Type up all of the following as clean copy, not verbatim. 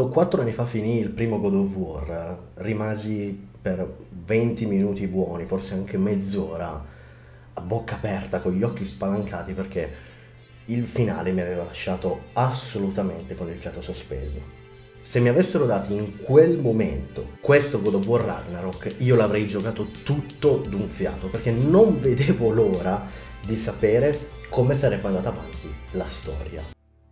4 anni fa finì il primo God of War, rimasi per 20 minuti buoni, forse anche mezz'ora, a bocca aperta, con gli occhi spalancati, perché il finale mi aveva lasciato assolutamente con il fiato sospeso. Se mi avessero dato in quel momento questo God of War Ragnarok, io l'avrei giocato tutto d'un fiato, perché non vedevo l'ora di sapere come sarebbe andata avanti la storia.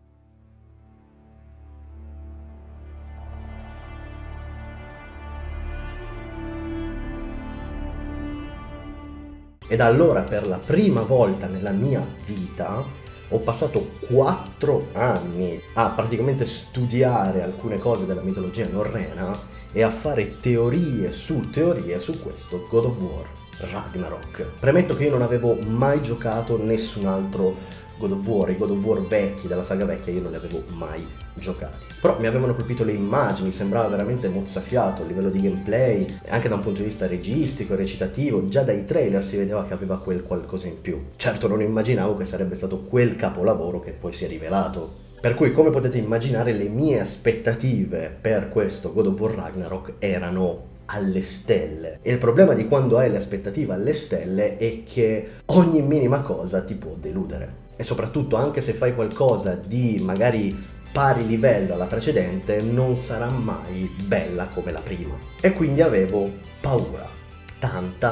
Ed allora, per la prima volta nella mia vita, ho passato 4 anni a praticamente studiare alcune cose della mitologia norrena e a fare teorie su questo God of War Ragnarok. Premetto che io non avevo mai giocato nessun altro God of War, i God of War vecchi, della saga vecchia, io non li avevo mai giocati. Però mi avevano colpito le immagini, sembrava veramente mozzafiato a livello di gameplay, anche da un punto di vista registico e recitativo. Già dai trailer si vedeva che aveva quel qualcosa in più. Certo, non immaginavo che sarebbe stato quel capolavoro che poi si è rivelato. Per cui, come potete immaginare, le mie aspettative per questo God of War Ragnarok erano alle stelle. E il problema di quando hai le aspettative alle stelle è che ogni minima cosa ti può deludere. E soprattutto, anche se fai qualcosa di magari pari livello alla precedente, non sarà mai bella come la prima. E quindi avevo paura, tanta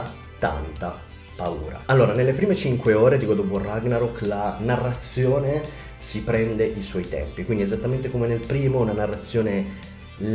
paura. Allora, nelle prime 5 ore di God of War Ragnarok la narrazione si prende i suoi tempi, quindi esattamente come nel primo, una narrazione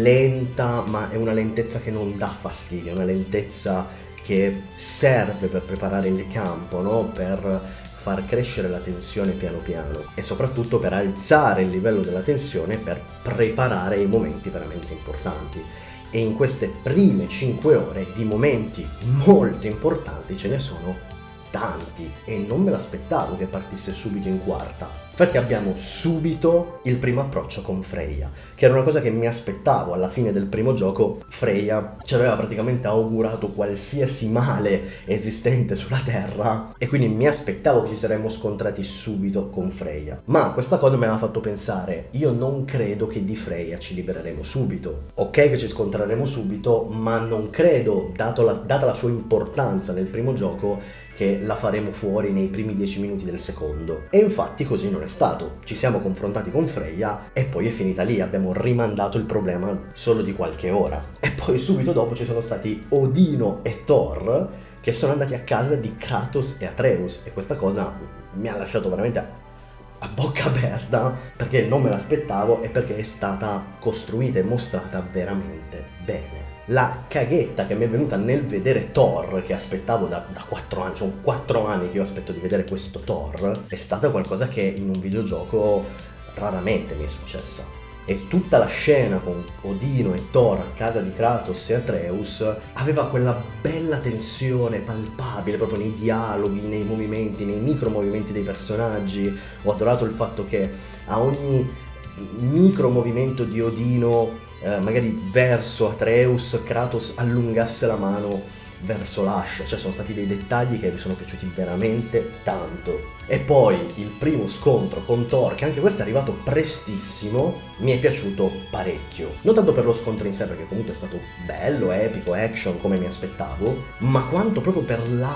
lenta, ma è una lentezza che non dà fastidio, è una lentezza che serve per preparare il campo, no? Per far crescere la tensione piano piano e soprattutto per alzare il livello della tensione, per preparare i momenti veramente importanti. E in queste prime 5 ore di momenti molto importanti ce ne sono tanti e non me l'aspettavo che partisse subito in quarta. Infatti abbiamo subito il primo approccio con Freya, che era una cosa che mi aspettavo. Alla fine del primo gioco Freya ci aveva praticamente augurato qualsiasi male esistente sulla Terra e quindi mi aspettavo che ci saremmo scontrati subito con Freya. Ma questa cosa mi aveva fatto pensare, io non credo che di Freya ci libereremo subito. Ok che ci scontreremo subito, ma non credo, data la sua importanza nel primo gioco, che la faremo fuori nei primi 10 minuti del secondo. E infatti così non è stato. Ci siamo confrontati con Freya e poi è finita lì, abbiamo rimandato il problema solo di qualche ora. E poi subito dopo ci sono stati Odino e Thor che sono andati a casa di Kratos e Atreus e questa cosa mi ha lasciato veramente a bocca aperta, perché non me l'aspettavo e perché è stata costruita e mostrata veramente bene. La caghetta che mi è venuta nel vedere Thor, che aspettavo da 4 anni, sono 4 anni che io aspetto di vedere questo Thor, è stata qualcosa che in un videogioco raramente mi è successa. E tutta la scena con Odino e Thor a casa di Kratos e Atreus aveva quella bella tensione palpabile proprio nei dialoghi, nei movimenti, nei micro movimenti dei personaggi. Ho adorato il fatto che a ogni micro movimento di Odino, magari verso Atreus, Kratos allungasse la mano verso l'ascia, cioè sono stati dei dettagli che mi sono piaciuti veramente tanto. E poi il primo scontro con Thor, che anche questo è arrivato prestissimo, mi è piaciuto parecchio. Non tanto per lo scontro in sé, perché comunque è stato bello, epico, action come mi aspettavo, ma quanto proprio per la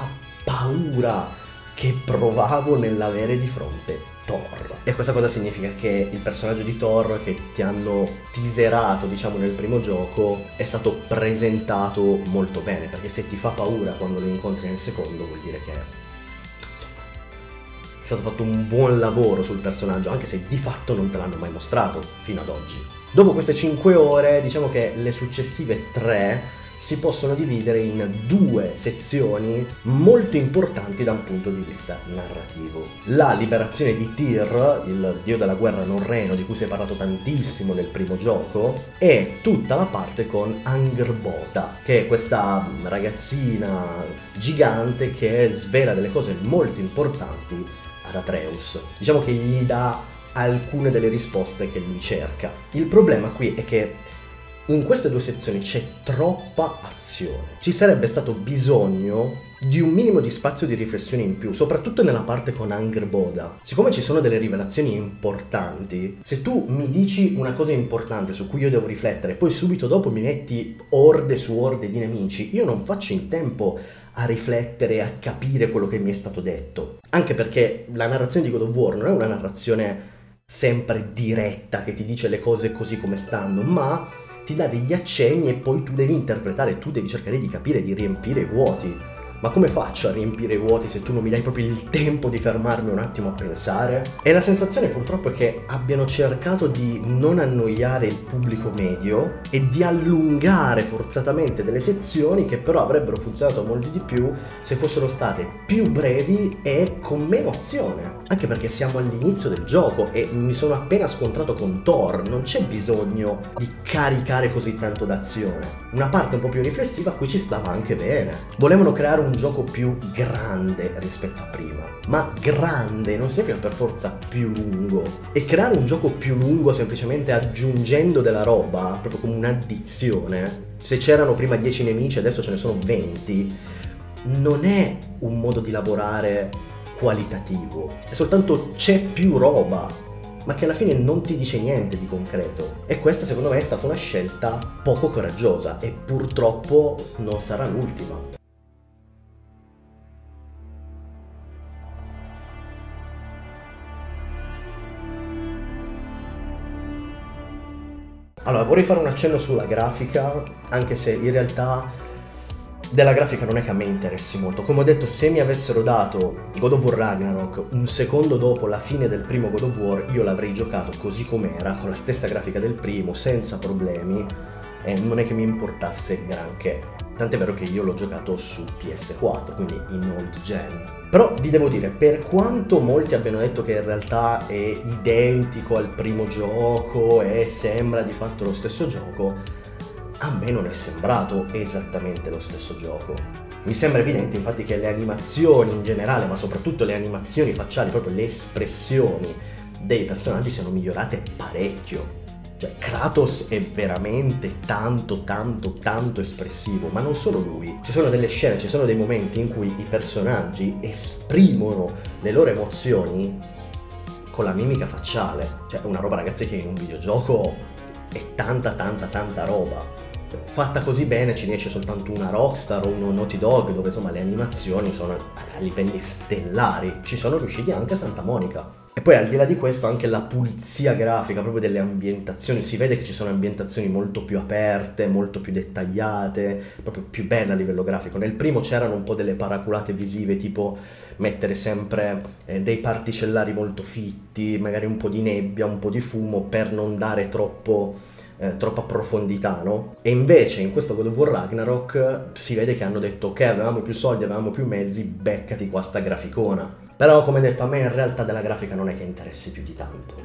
paura che provavo nell'avere di fronte Thor. E questa cosa significa che il personaggio di Thor che ti hanno teaserato, diciamo, nel primo gioco è stato presentato molto bene, perché se ti fa paura quando lo incontri nel secondo vuol dire che è stato fatto un buon lavoro sul personaggio, anche se di fatto non te l'hanno mai mostrato fino ad oggi. Dopo queste 5 ore, diciamo che le successive 3 si possono dividere in 2 sezioni molto importanti da un punto di vista narrativo. La liberazione di Tyr, il dio della guerra norreno di cui si è parlato tantissimo nel primo gioco, e tutta la parte con Angrboda, che è questa ragazzina gigante che svela delle cose molto importanti ad Atreus. Diciamo che gli dà alcune delle risposte che lui cerca. Il problema qui è che In queste due sezioni c'è troppa azione. Ci sarebbe stato bisogno di un minimo di spazio di riflessione in più, soprattutto nella parte con Angrboda. Siccome ci sono delle rivelazioni importanti, se tu mi dici una cosa importante su cui io devo riflettere, poi subito dopo mi metti orde su orde di nemici, io non faccio in tempo a riflettere, a capire quello che mi è stato detto. Anche perché la narrazione di God of War non è una narrazione sempre diretta che ti dice le cose così come stanno, ma ti dà degli accenni e poi tu devi interpretare, tu devi cercare di capire, di riempire i vuoti. Ma come faccio a riempire i vuoti se tu non mi dai proprio il tempo di fermarmi un attimo a pensare? E la sensazione purtroppo è che abbiano cercato di non annoiare il pubblico medio e di allungare forzatamente delle sezioni che però avrebbero funzionato molto di più se fossero state più brevi e con meno azione. Anche perché siamo all'inizio del gioco e mi sono appena scontrato con Thor, non c'è bisogno di caricare così tanto d'azione. Una parte un po' più riflessiva a cui ci stava anche bene. Volevano creare un gioco più grande rispetto a prima, ma grande non significa per forza più lungo, e creare un gioco più lungo semplicemente aggiungendo della roba, proprio come un'addizione, se c'erano prima 10 nemici adesso ce ne sono 20, non è un modo di lavorare qualitativo, è soltanto c'è più roba, ma che alla fine non ti dice niente di concreto. E questa secondo me è stata una scelta poco coraggiosa e purtroppo non sarà l'ultima. Allora, vorrei fare un accenno sulla grafica, anche se in realtà della grafica non è che a me interessi molto. Come ho detto, se mi avessero dato God of War Ragnarok un secondo dopo la fine del primo God of War, io l'avrei giocato così com'era, con la stessa grafica del primo, senza problemi, e non è che mi importasse granché. Tant'è vero che io l'ho giocato su PS4, quindi in old gen. Però vi devo dire, per quanto molti abbiano detto che in realtà è identico al primo gioco e sembra di fatto lo stesso gioco, a me non è sembrato esattamente lo stesso gioco. Mi sembra evidente infatti che le animazioni in generale, ma soprattutto le animazioni facciali, proprio le espressioni dei personaggi siano migliorate parecchio. Cioè, Kratos è veramente tanto espressivo, ma non solo lui. Ci sono delle scene, ci sono dei momenti in cui i personaggi esprimono le loro emozioni con la mimica facciale. Cioè, è una roba, ragazzi, che in un videogioco è tanta roba. Fatta così bene ci riesce soltanto una Rockstar o uno Naughty Dog, dove insomma le animazioni sono a livelli stellari. Ci sono riusciti anche a Santa Monica. E poi al di là di questo anche la pulizia grafica proprio delle ambientazioni, si vede che ci sono ambientazioni molto più aperte, molto più dettagliate, proprio più belle a livello grafico. Nel primo c'erano un po' delle paraculate visive, tipo mettere sempre dei particellari molto fitti, magari un po' di nebbia, un po' di fumo, per non dare troppa profondità, no? E invece in questo God of War Ragnarok si vede che hanno detto ok, avevamo più soldi, avevamo più mezzi, beccati qua sta graficona. Però come detto, a me in realtà della grafica non è che interessi più di tanto.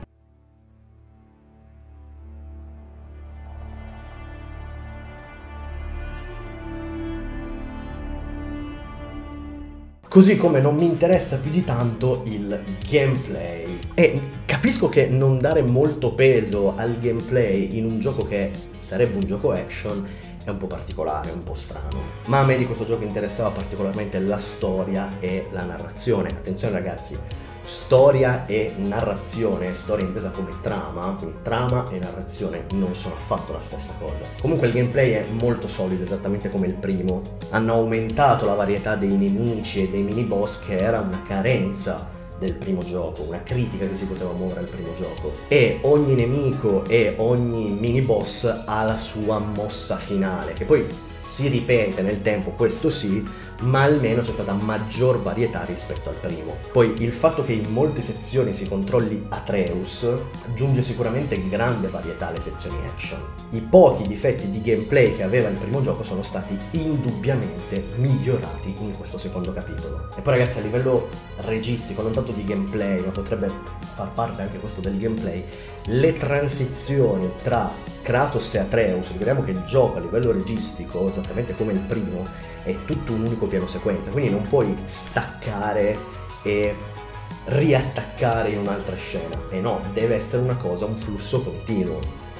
Così come non mi interessa più di tanto il gameplay. E capisco che non dare molto peso al gameplay in un gioco che sarebbe un gioco action è un po' particolare, un po' strano. Ma a me di questo gioco interessava particolarmente la storia e la narrazione. Attenzione ragazzi, storia e narrazione, storia intesa come trama, quindi trama e narrazione non sono affatto la stessa cosa. Comunque il gameplay è molto solido, esattamente come il primo. Hanno aumentato la varietà dei nemici e dei mini boss, che era una carenza del primo gioco, una critica che si poteva muovere al primo gioco. E ogni nemico e ogni mini boss ha la sua mossa finale, che poi si ripete nel tempo, questo sì, ma almeno c'è stata maggior varietà rispetto al primo. Poi il fatto che in molte sezioni si controlli Atreus aggiunge sicuramente grande varietà alle sezioni action. I pochi difetti di gameplay che aveva il primo gioco sono stati indubbiamente migliorati in questo secondo capitolo. E poi ragazzi, a livello registico, non tanto di gameplay, ma potrebbe far parte anche questo del gameplay, le transizioni tra Kratos e Atreus, ricordiamo che il gioco a livello registico, esattamente come il primo, è tutto un unico piano sequenza, quindi non puoi staccare e riattaccare in un'altra scena, e no, deve essere una cosa, un flusso continuo.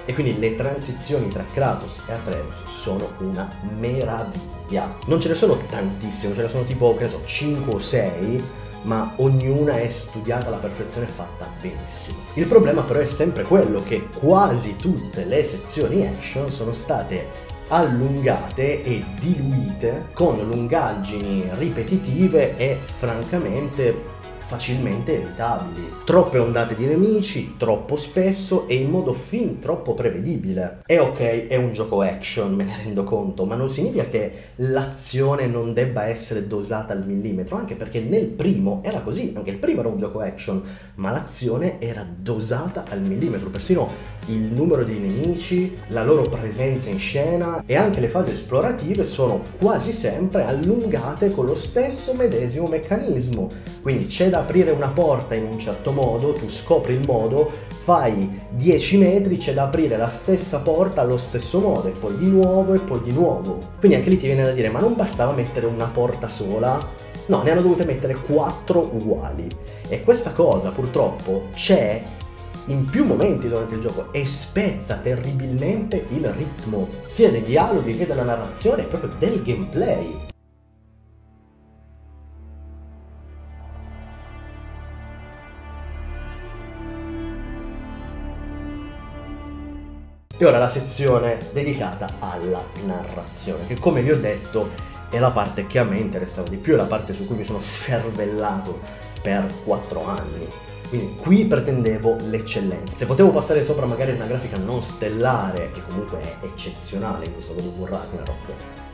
E quindi le transizioni tra Kratos e Atreus sono una meraviglia. Non ce ne sono tantissime, ce ne sono tipo, che ne so, 5 o 6, ma ognuna è studiata alla perfezione e fatta benissimo. Il problema però è sempre quello che quasi tutte le sezioni action sono state allungate e diluite con lungaggini ripetitive e francamente facilmente evitabili. Troppe ondate di nemici, troppo spesso e in modo fin troppo prevedibile. E ok, è un gioco action, me ne rendo conto, ma non significa che l'azione non debba essere dosata al millimetro, anche perché nel primo era così, anche il primo era un gioco action, ma l'azione era dosata al millimetro, persino il numero dei nemici, la loro presenza in scena e anche le fasi esplorative sono quasi sempre allungate con lo stesso medesimo meccanismo. Quindi c'è da aprire una porta in un certo modo, tu scopri il modo, fai 10 metri, c'è da aprire la stessa porta allo stesso modo e poi di nuovo e poi di nuovo. Quindi anche lì ti viene da dire, ma non bastava mettere una porta sola? No, ne hanno dovute mettere 4 uguali. E questa cosa purtroppo c'è in più momenti durante il gioco e spezza terribilmente il ritmo, sia dei dialoghi che della narrazione e proprio del gameplay. E ora la sezione dedicata alla narrazione, che come vi ho detto è la parte che a me interessava di più, è la parte su cui mi sono scervellato per 4 anni. Quindi qui pretendevo l'eccellenza. Se potevo passare sopra magari una grafica non stellare, che comunque è eccezionale in questo God of War Ragnarok,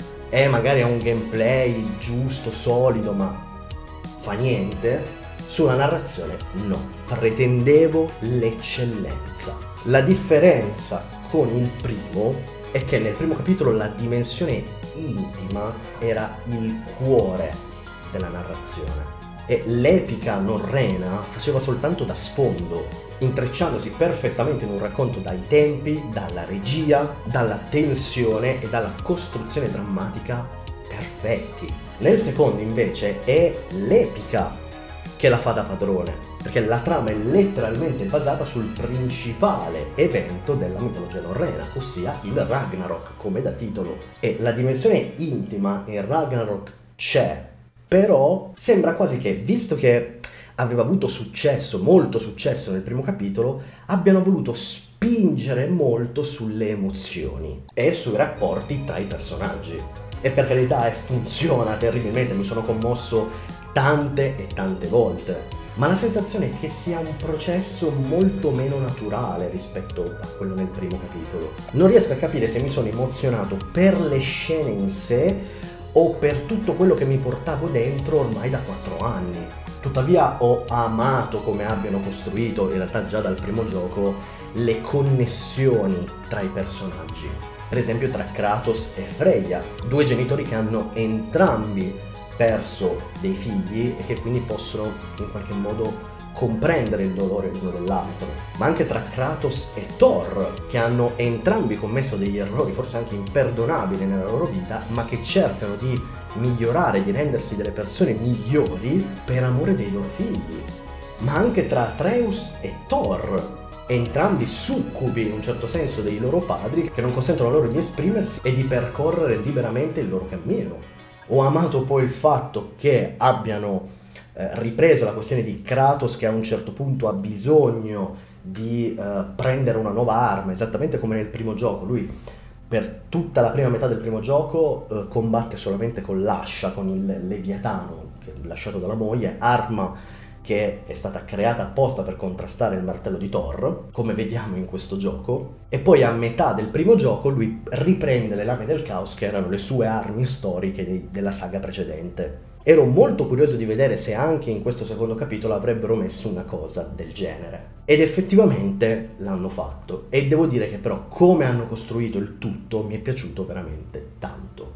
e magari ha un gameplay giusto, solido, ma fa niente, sulla narrazione no. Pretendevo l'eccellenza. La differenza con il primo è che nel primo capitolo la dimensione intima era il cuore della narrazione e l'epica norrena faceva soltanto da sfondo, intrecciandosi perfettamente in un racconto dai tempi, dalla regia, dalla tensione e dalla costruzione drammatica perfetti. Nel secondo invece è l'epica che la fa da padrone, perché la trama è letteralmente basata sul principale evento della mitologia norrena, ossia il Ragnarok, come da titolo. E la dimensione intima in Ragnarok c'è, però sembra quasi che, visto che aveva avuto successo, molto successo nel primo capitolo, abbiano voluto spingere molto sulle emozioni e sui rapporti tra i personaggi. E per carità, funziona terribilmente, mi sono commosso tante e tante volte. Ma la sensazione è che sia un processo molto meno naturale rispetto a quello nel primo capitolo. Non riesco a capire se mi sono emozionato per le scene in sé o per tutto quello che mi portavo dentro ormai da 4 anni. Tuttavia ho amato come abbiano costruito, in realtà già dal primo gioco, le connessioni tra i personaggi. Per esempio tra Kratos e Freya, 2 genitori che hanno entrambi perso dei figli e che quindi possono in qualche modo comprendere il dolore l'uno dell'altro, ma anche tra Kratos e Thor, che hanno entrambi commesso degli errori forse anche imperdonabili nella loro vita, ma che cercano di migliorare, di rendersi delle persone migliori per amore dei loro figli, ma anche tra Atreus e Thor, entrambi succubi in un certo senso dei loro padri che non consentono loro di esprimersi e di percorrere liberamente il loro cammino. Ho amato poi il fatto che abbiano ripreso la questione di Kratos che a un certo punto ha bisogno di prendere una nuova arma, esattamente come nel primo gioco. Lui per tutta la prima metà del primo gioco combatte solamente con l'ascia, con il Leviatano, che è lasciato dalla moglie, arma che è stata creata apposta per contrastare il martello di Thor, come vediamo in questo gioco, e poi a metà del primo gioco lui riprende le lame del caos, che erano le sue armi storiche della saga precedente. Ero molto curioso di vedere se anche in questo secondo capitolo avrebbero messo una cosa del genere. Ed effettivamente l'hanno fatto, e devo dire che però come hanno costruito il tutto mi è piaciuto veramente tanto.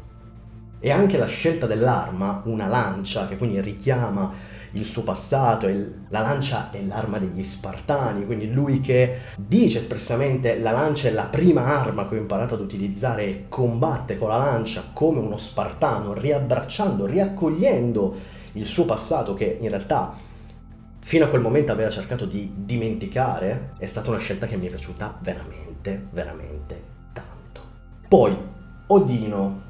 E anche la scelta dell'arma, una lancia, che quindi richiama il suo passato, la lancia è l'arma degli Spartani, quindi lui che dice espressamente la lancia è la prima arma che ho imparato ad utilizzare e combatte con la lancia come uno spartano, riabbracciando, riaccogliendo il suo passato che in realtà fino a quel momento aveva cercato di dimenticare, è stata una scelta che mi è piaciuta veramente. veramente, veramente tanto. Poi, Odino,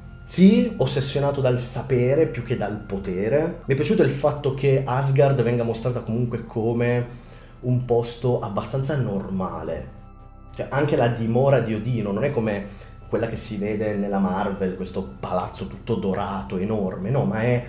sì, ossessionato dal sapere più che dal potere. Mi è piaciuto il fatto che Asgard venga mostrata comunque come un posto abbastanza normale. Cioè, anche la dimora di Odino non è come quella che si vede nella Marvel, questo palazzo tutto dorato, enorme, no, ma è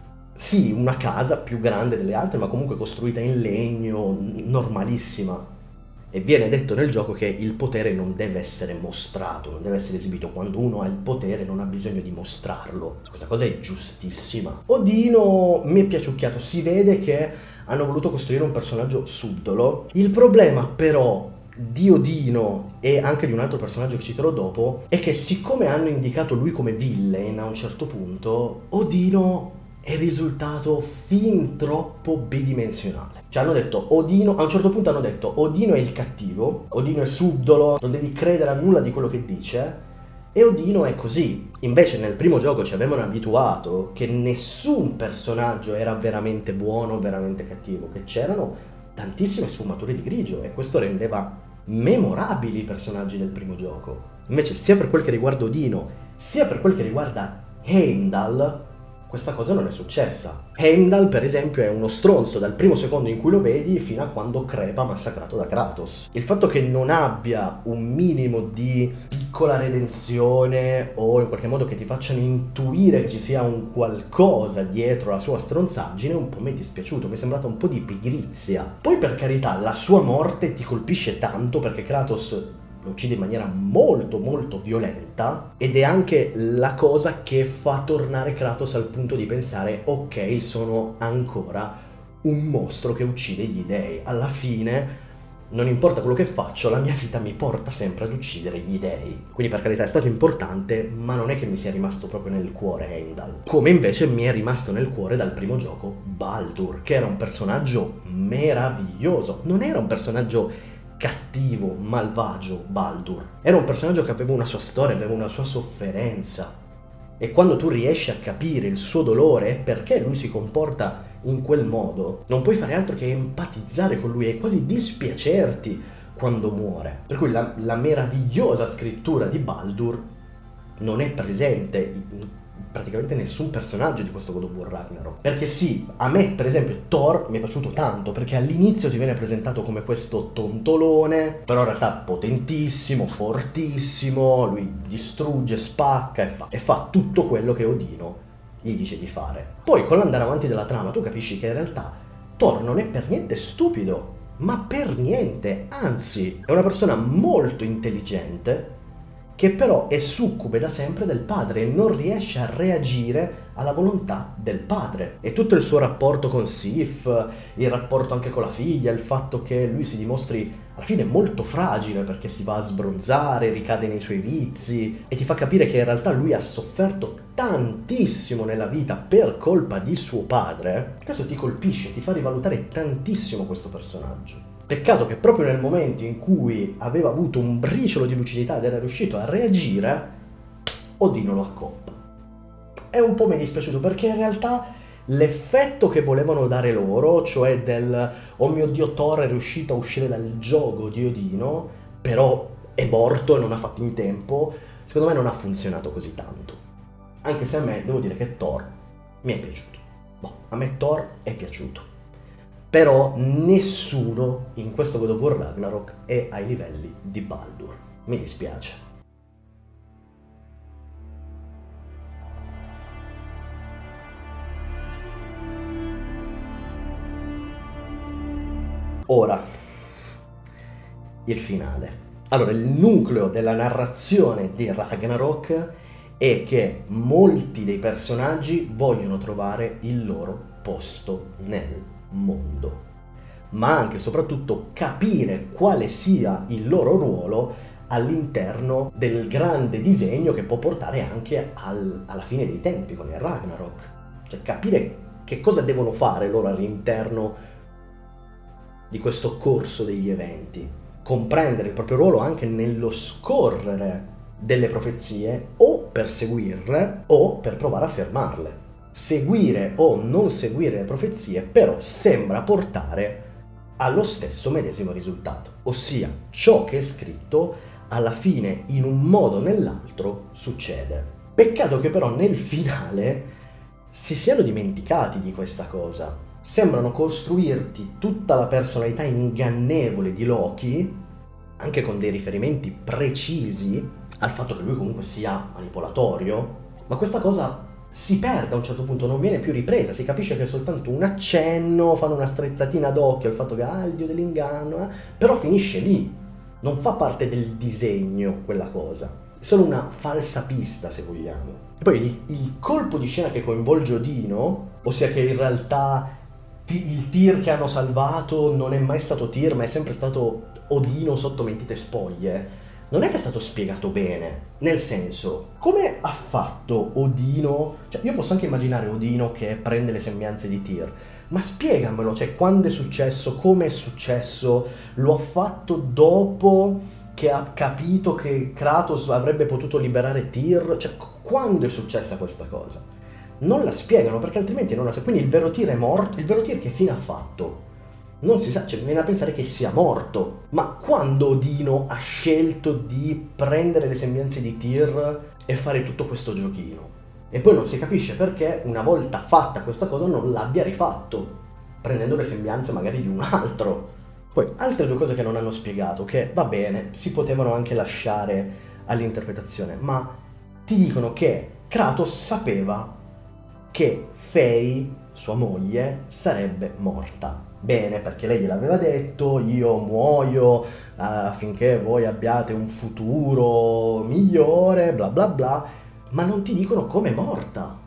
sì una casa più grande delle altre, ma comunque costruita in legno, normalissima. E viene detto nel gioco che il potere non deve essere mostrato, non deve essere esibito. Quando uno ha il potere non ha bisogno di mostrarlo. Questa cosa è giustissima. Odino mi è piaciucchiato, si vede che hanno voluto costruire un personaggio subdolo. Il problema però di Odino e anche di un altro personaggio che citerò dopo è che siccome hanno indicato lui come villain a un certo punto, Odino è risultato fin troppo bidimensionale. Cioè hanno detto Odino, a un certo punto hanno detto Odino è il cattivo, Odino è subdolo, non devi credere a nulla di quello che dice, e Odino è così. Invece nel primo gioco ci avevano abituato che nessun personaggio era veramente buono, veramente cattivo, che c'erano tantissime sfumature di grigio e questo rendeva memorabili i personaggi del primo gioco. Invece sia per quel che riguarda Odino, sia per quel che riguarda Heimdall, questa cosa non è successa. Heimdall, per esempio, è uno stronzo dal primo secondo in cui lo vedi fino a quando crepa massacrato da Kratos. Il fatto che non abbia un minimo di piccola redenzione o in qualche modo che ti facciano intuire che ci sia un qualcosa dietro la sua stronzaggine un po' mi è dispiaciuto, mi è sembrata un po' di pigrizia. Poi per carità, la sua morte ti colpisce tanto perché Kratos lo uccide in maniera molto molto violenta ed è anche la cosa che fa tornare Kratos al punto di pensare ok, sono ancora un mostro che uccide gli dei, alla fine non importa quello che faccio, la mia vita mi porta sempre ad uccidere gli dei. Quindi per carità è stato importante, ma non è che mi sia rimasto proprio nel cuore Heimdall. Come invece mi è rimasto nel cuore dal primo gioco Baldur, che era un personaggio meraviglioso, non era un personaggio cattivo, malvagio Baldur. Era un personaggio che aveva una sua storia, aveva una sua sofferenza. E quando tu riesci a capire il suo dolore e perché lui si comporta in quel modo, non puoi fare altro che empatizzare con lui e quasi dispiacerti quando muore. Per cui la meravigliosa scrittura di Baldur non è presente in praticamente nessun personaggio di questo God of War Ragnarok. Perché sì, a me per esempio Thor mi è piaciuto tanto perché all'inizio si viene presentato come questo tontolone, però in realtà potentissimo, fortissimo, lui distrugge, spacca e fa tutto quello che Odino gli dice di fare. Poi con l'andare avanti della trama tu capisci che in realtà Thor non è per niente stupido, ma per niente, anzi è una persona molto intelligente che però è succube da sempre del padre e non riesce a reagire alla volontà del padre. E tutto il suo rapporto con Sif, il rapporto anche con la figlia, il fatto che lui si dimostri alla fine molto fragile perché si va a sbronzare, ricade nei suoi vizi e ti fa capire che in realtà lui ha sofferto tantissimo nella vita per colpa di suo padre, questo ti colpisce, ti fa rivalutare tantissimo questo personaggio. Peccato che proprio nel momento in cui aveva avuto un briciolo di lucidità ed era riuscito a reagire, Odino lo accoppa. E un po' mi è dispiaciuto perché in realtà l'effetto che volevano dare loro, cioè del oh mio Dio Thor è riuscito a uscire dal giogo di Odino, però è morto e non ha fatto in tempo, secondo me non ha funzionato così tanto. Anche se a me, devo dire che Thor mi è piaciuto. Boh, a me Thor è piaciuto. Però nessuno in questo God of War Ragnarok è ai livelli di Baldur. Mi dispiace. Ora, il finale. Allora, il nucleo della narrazione di Ragnarok è che molti dei personaggi vogliono trovare il loro posto nel mondo, ma anche e soprattutto capire quale sia il loro ruolo all'interno del grande disegno che può portare anche alla fine dei tempi con il Ragnarok. Cioè capire che cosa devono fare loro all'interno di questo corso degli eventi, comprendere il proprio ruolo anche nello scorrere delle profezie o per seguirle o per provare a fermarle. Seguire o non seguire le profezie però sembra portare ha lo stesso medesimo risultato, ossia ciò che è scritto alla fine in un modo o nell'altro succede. Peccato che però nel finale si siano dimenticati di questa cosa. Sembrano costruirti tutta la personalità ingannevole di Loki, anche con dei riferimenti precisi al fatto che lui comunque sia manipolatorio, ma questa cosa si perde a un certo punto, non viene più ripresa, si capisce che è soltanto un accenno, fanno una strizzatina d'occhio al fatto che il dio dell'inganno, però finisce lì, non fa parte del disegno quella cosa, è solo una falsa pista se vogliamo. E poi il colpo di scena che coinvolge Odino, ossia che in realtà il Tyr che hanno salvato non è mai stato Tyr, ma è sempre stato Odino sotto mentite spoglie, non è che è stato spiegato bene, nel senso, come ha fatto Odino, cioè io posso anche immaginare Odino che prende le sembianze di Tyr, ma spiegamelo, cioè quando è successo, come è successo, lo ha fatto dopo che ha capito che Kratos avrebbe potuto liberare Tyr, cioè quando è successa questa cosa? Non la spiegano perché altrimenti non la sa, quindi il vero Tyr è morto, il vero Tyr che fine ha fatto? Non si sa, cioè mi viene a pensare che sia morto. Ma quando Odino ha scelto di prendere le sembianze di Tyr e fare tutto questo giochino? E poi non si capisce perché una volta fatta questa cosa non l'abbia rifatto, prendendo le sembianze magari di un altro. Poi altre due cose che non hanno spiegato, che va bene, si potevano anche lasciare all'interpretazione, ma ti dicono che Kratos sapeva che Faye, sua moglie, sarebbe morta. Bene, perché lei gliel'aveva detto, io muoio affinché voi abbiate un futuro migliore, bla bla bla, ma non ti dicono com'è morta.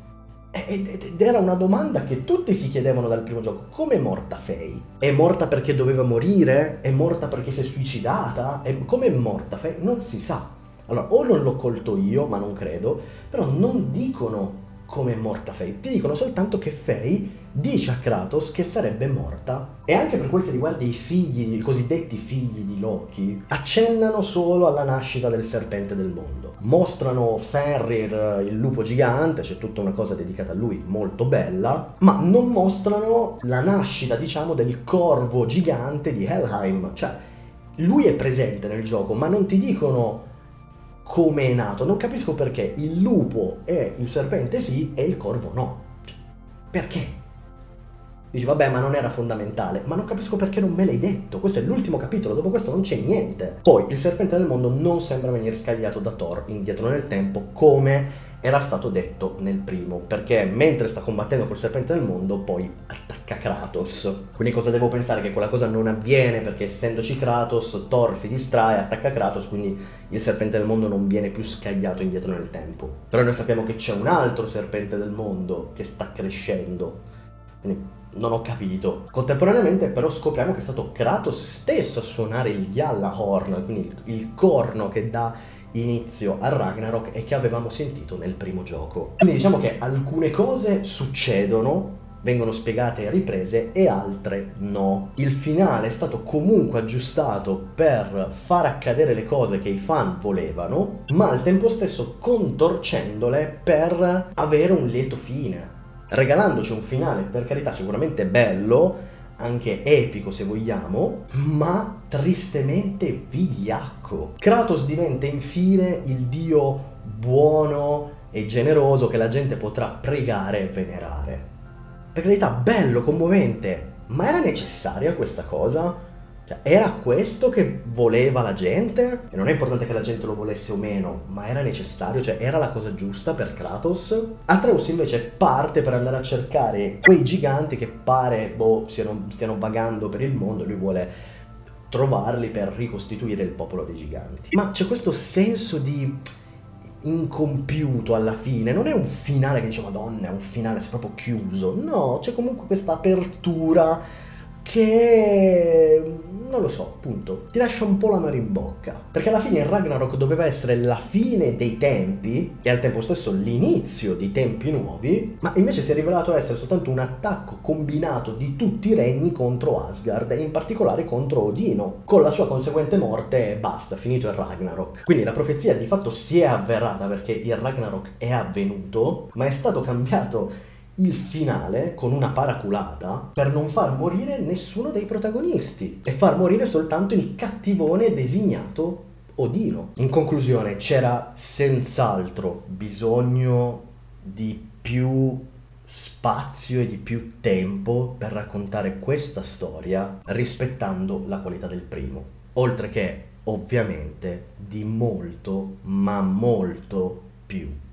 Ed era una domanda che tutti si chiedevano dal primo gioco. Come è morta Faye? È morta perché doveva morire? È morta perché si è suicidata? Come è morta Faye? Non si sa. Allora, o non l'ho colto io, ma non credo, però non dicono come è morta Faye, ti dicono soltanto che Faye dice a Kratos che sarebbe morta, e anche per quel che riguarda i figli, i cosiddetti figli di Loki, accennano solo alla nascita del serpente del mondo. Mostrano Fenrir, il lupo gigante, c'è tutta una cosa dedicata a lui molto bella, ma non mostrano la nascita, diciamo, del corvo gigante di Helheim. Cioè, lui è presente nel gioco, ma non ti dicono come è nato. Non capisco perché il lupo e il serpente sì e il corvo no. Cioè, perché? Dici vabbè, ma non era fondamentale, ma non capisco perché non me l'hai detto. Questo è l'ultimo capitolo, dopo questo non c'è niente. Poi il serpente del mondo non sembra venire scagliato da Thor indietro nel tempo come era stato detto nel primo, perché mentre sta combattendo col serpente del mondo poi attacca Kratos. Quindi cosa devo pensare? Che quella cosa non avviene perché essendoci Kratos, Thor si distrae, attacca Kratos, quindi il serpente del mondo non viene più scagliato indietro nel tempo. Però noi sappiamo che c'è un altro serpente del mondo che sta crescendo, quindi non ho capito. Contemporaneamente però scopriamo che è stato Kratos stesso a suonare il Gjallarhorn, quindi il corno che dà inizio a Ragnarok e che avevamo sentito nel primo gioco. Quindi diciamo che alcune cose succedono, vengono spiegate e riprese, e altre no. Il finale è stato comunque aggiustato per far accadere le cose che i fan volevano, ma al tempo stesso contorcendole per avere un lieto fine, regalandoci un finale, per carità, sicuramente bello, anche epico se vogliamo, ma tristemente vigliacco. Kratos diventa infine il dio buono e generoso che la gente potrà pregare e venerare. Per carità, bello, commovente, ma era necessaria questa cosa? Cioè, era questo che voleva la gente? E non è importante che la gente lo volesse o meno, ma era necessario? Cioè, era la cosa giusta per Kratos? Atreus invece parte per andare a cercare quei giganti che pare, stiano vagando per il mondo, lui vuole trovarli per ricostituire il popolo dei giganti. Ma c'è questo senso di incompiuto alla fine, non è un finale che dice Madonna, è un finale, sei proprio chiuso. No, c'è comunque questa apertura che non lo so, appunto, ti lascia un po' l'amaro in bocca, perché alla fine il Ragnarok doveva essere la fine dei tempi e al tempo stesso l'inizio di tempi nuovi, ma invece si è rivelato essere soltanto un attacco combinato di tutti i regni contro Asgard e in particolare contro Odino, con la sua conseguente morte e basta, finito il Ragnarok. Quindi la profezia di fatto si è avverata perché il Ragnarok è avvenuto, ma è stato cambiato il finale con una paraculata per non far morire nessuno dei protagonisti e far morire soltanto il cattivone designato Odino. In conclusione, c'era senz'altro bisogno di più spazio e di più tempo per raccontare questa storia rispettando la qualità del primo, oltre che ovviamente di molto ma molto più